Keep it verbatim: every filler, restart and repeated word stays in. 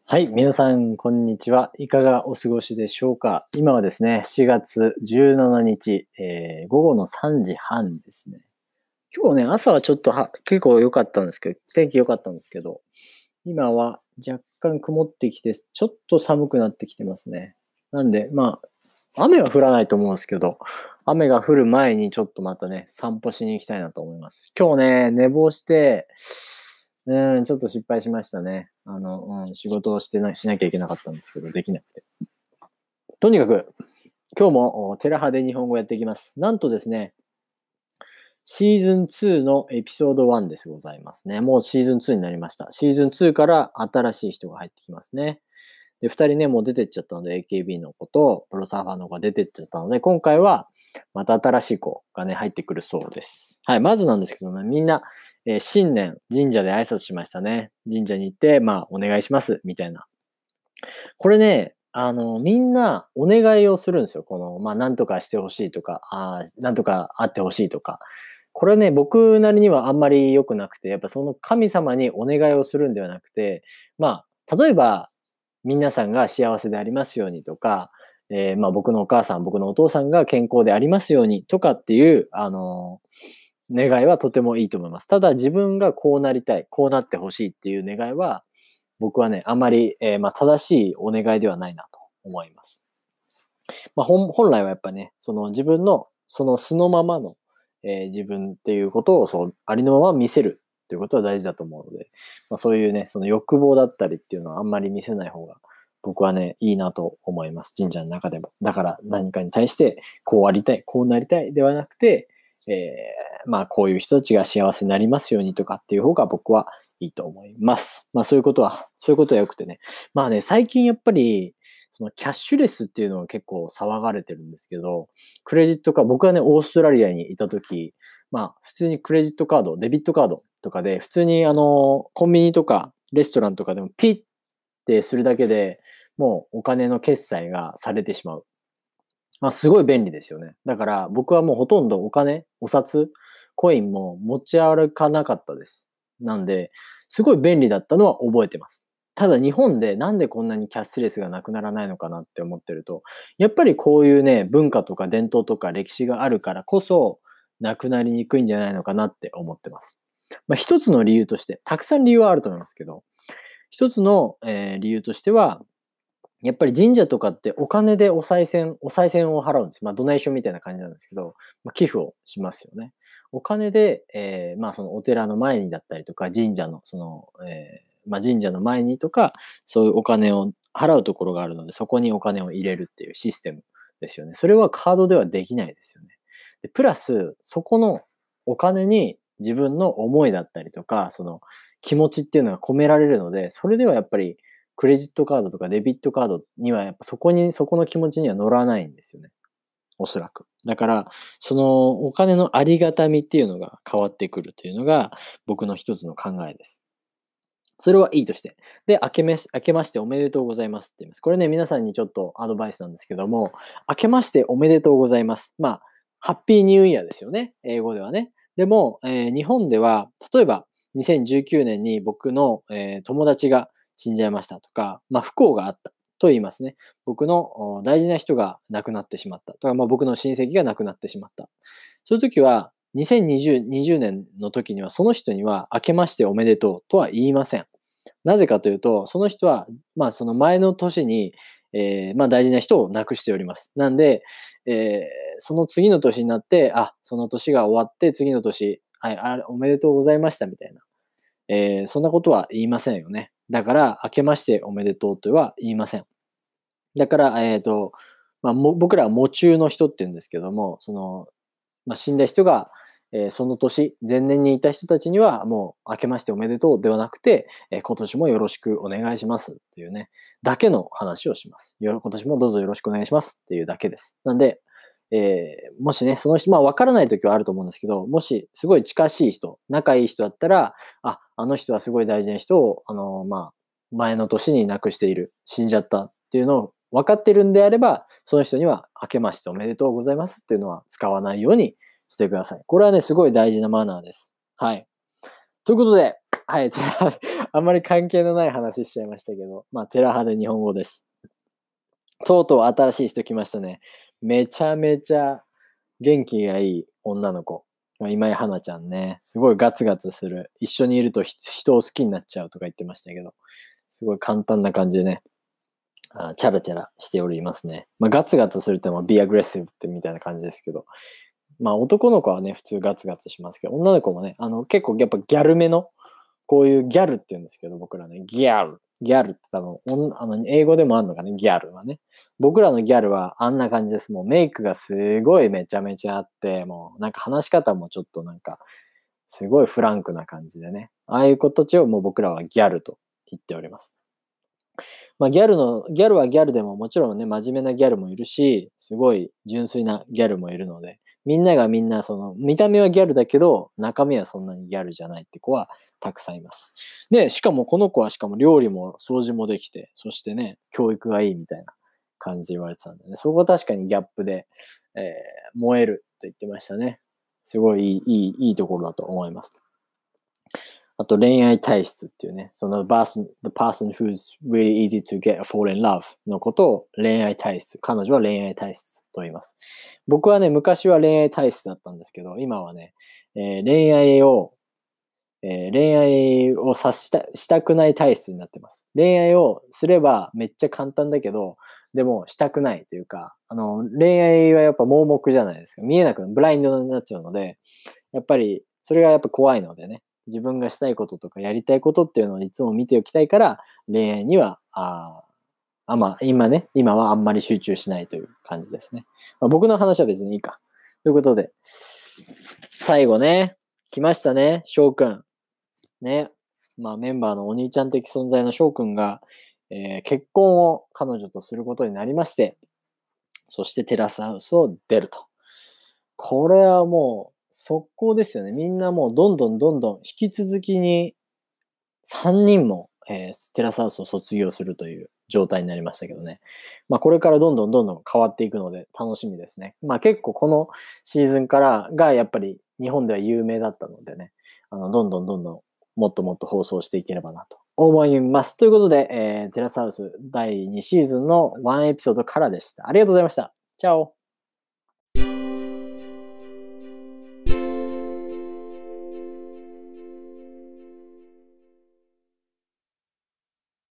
はい、皆さん、こんにちは。いかがお過ごしでしょうか。今はですね、しがつじゅうしちにち、えー、午後のさんじはんですね。今日ね、朝はちょっとは結構良かったんですけど、天気良かったんですけど、今は若干曇ってきて、ちょっと寒くなってきてますね。なんで、まあ、雨は降らないと思うんですけど、雨が降る前にちょっとまたね、散歩しに行きたいなと思います。今日ね、寝坊して、うん、ちょっと失敗しましたね。あの、うん、仕事をしてな、しなきゃいけなかったんですけど、できなくて。とにかく、今日もおテラハで日本語やっていきます。なんとですね、シーズンツーのエピソードワンですございますね。もうシーズンツーになりました。シーズンツーから新しい人が入ってきますね。で、二人ね、もう出てっちゃったので、エーケービー の子とプロサーファーの子が出てっちゃったので、今回はまた新しい子がね、入ってくるそうです。はい、まずなんですけどね、みんな、えー新年、神社で挨拶しましたね。神社に行って、まあ、お願いします、みたいな。これね、あの、みんなお願いをするんですよ。この、まあ、なんとかしてほしいとか、あーなんとかあってほしいとか。これね、僕なりにはあんまり良くなくて、やっぱその神様にお願いをするんではなくて、まあ、例えば、皆さんが幸せでありますようにとか、えーまあ僕のお母さん、僕のお父さんが健康でありますようにとかっていう、あのー願いはとてもいいと思います。ただ自分がこうなりたい、こうなってほしいっていう願いは、僕はね、あまり、えーまあ正しいお願いではないなと思います。まあ本、本来はやっぱね、その自分のその素のままの、えー自分っていうことをそうありのまま見せるということは大事だと思うので、まあ、そういうね、その欲望だったりっていうのはあんまり見せない方が僕はね、いいなと思います。神社の中でも。だから何かに対してこうありたい、こうなりたいではなくて、えー、まあこういう人たちが幸せになりますようにとかっていう方が僕はいいと思います。まあそういうことは、そういうことは良くてね。まあね、最近やっぱり、そのキャッシュレスっていうのが結構騒がれてるんですけど、クレジットカード、僕はね、オーストラリアにいた時、まあ普通にクレジットカード、デビットカードとかで、普通にあの、コンビニとかレストランとかでもピッてするだけでもうお金の決済がされてしまう。まあすごい便利ですよね。だから僕はもうほとんどお金、お札、コインも持ち歩かなかったです。なんで、すごい便利だったのは覚えてます。ただ日本でなんでこんなにキャッシュレスがなくならないのかなって思ってると、やっぱりこういうね、文化とか伝統とか歴史があるからこそ、なくなりにくいんじゃないのかなって思ってます。まあ一つの理由として、たくさん理由はあると思いますけど、一つの、えー理由としては、やっぱり神社とかってお金でお賽銭、お賽銭を払うんですよ。まあ、ドネーションみたいな感じなんですけど、まあ、寄付をしますよね。お金で、えーまあ、そのお寺の前にだったりとか、神社の、その、えーまあ、神社の前にとか、そういうお金を払うところがあるので、そこにお金を入れるっていうシステムですよね。それはカードではできないですよね。で、プラス、そこのお金に自分の思いだったりとか、その気持ちっていうのが込められるので、それではやっぱりクレジットカードとかデビットカードにはやっぱそこに、そこの気持ちには乗らないんですよね。おそらく。だから、そのお金のありがたみっていうのが変わってくるというのが僕の一つの考えです。それはいいとして。で、明けまし、明けましておめでとうございますって言います。これね、皆さんにちょっとアドバイスなんですけども、明けましておめでとうございます。まあ、ハッピーニューイヤーですよね。英語ではね。でも、えー日本では、例えば、にせんじゅうきゅうねんに僕の、えー友達が死んじゃいましたとか、まあ、不幸があったと言いますね。僕のお大事な人が亡くなってしまったとか、まあ、僕の親戚が亡くなってしまった。そういう時は、にせんにじゅう、にじゅうねんの時には、その人には、明けましておめでとうとは言いません。なぜかというと、その人は、まあ、その前の年に、えーまあ、大事な人を亡くしております。なんで、えーその次の年になって、あ、その年が終わって、次の年、はい、あ、おめでとうございましたみたいな。えーそんなことは言いませんよね。だから、明けましておめでとうとは言いません。だから、えっと、まあ、も僕らは喪中の人って言うんですけども、その、まあ、死んだ人が、えーその年、前年にいた人たちには、もう、明けましておめでとうではなくて、えー今年もよろしくお願いしますっていうね、だけの話をします。よ今年もどうぞよろしくお願いしますっていうだけです。なんで、えーもしね、その人、まあ、わからない時はあると思うんですけど、もし、すごい近しい人、仲いい人だったら、あ、あの人はすごい大事な人を、あの、まあ、前の年に亡くしている、死んじゃったっていうのを分かってるんであれば、その人には、明けましておめでとうございますっていうのは使わないようにしてください。これはね、すごい大事なマナーです。はい。ということで、 はい、テラハで、あんまり関係のない話しちゃいましたけど、まあ、テラハで日本語です。とうとう新しい人来ましたね。めちゃめちゃ元気がいい女の子。今井花ちゃんね。すごいガツガツする。一緒にいると人を好きになっちゃうとか言ってましたけど、すごい簡単な感じでね、あチャラチャラしておりますね。まあ、ガツガツするっても be aggressive ってみたいな感じですけど、まあ男の子はね、普通ガツガツしますけど、女の子もね、あの結構やっぱギャルめの、こういうギャルって言うんですけど、僕らね、ギャル。ギャルって多分、あの英語でもあるのかね、ギャルはね。僕らのギャルはあんな感じです。もうメイクがすごいめちゃめちゃあって、もうなんか話し方もちょっとなんか、すごいフランクな感じでね。ああいう子たちをもう僕らはギャルと言っております。まあギャルの、ギャルはギャルでももちろんね、真面目なギャルもいるし、すごい純粋なギャルもいるので、みんながみんなその、見た目はギャルだけど、中身はそんなにギャルじゃないって子はたくさんいます。で、しかもこの子はしかも料理も掃除もできて、そしてね、教育がいいみたいな感じで言われてたんでね、そこは確かにギャップで、えー、燃えると言ってましたね。すごいいい、いい、いいところだと思います。あと恋愛体質っていうね、その person, the person who's really easy to get a fall in love のことを恋愛体質。彼女は恋愛体質と言います。僕はね、昔は恋愛体質だったんですけど、今はね、えー、恋愛を、えー、恋愛をさした、したくない体質になってます。恋愛をすればめっちゃ簡単だけど、でもしたくないというか、あの、恋愛はやっぱ盲目じゃないですか。見えなくなる、ブラインドになっちゃうので、やっぱり、それがやっぱ怖いのでね。自分がしたいこととかやりたいことっていうのをいつも見ておきたいから、恋愛には、ああ、まあ、今ね、今はあんまり集中しないという感じですね。まあ、僕の話は別にいいか。ということで、最後ね、来ましたね、翔くん。ね。まあ、メンバーのお兄ちゃん的存在の翔くんが、えー、結婚を彼女とすることになりまして、そしてテラスハウスを出ると。これはもう、速攻ですよね。みんなもうどんどんどんどん引き続きにさんにんも、えー、テラスハウスを卒業するという状態になりましたけどね。まあこれからどんどんどんどん変わっていくので楽しみですね。まあ結構このシーズンからがやっぱり日本では有名だったのでね、あのどんどんどんどんもっともっと放送していければなと思います。ということで、えー、テラスハウスだいにシーズンのワンエピソードからでした。ありがとうございました。チャオ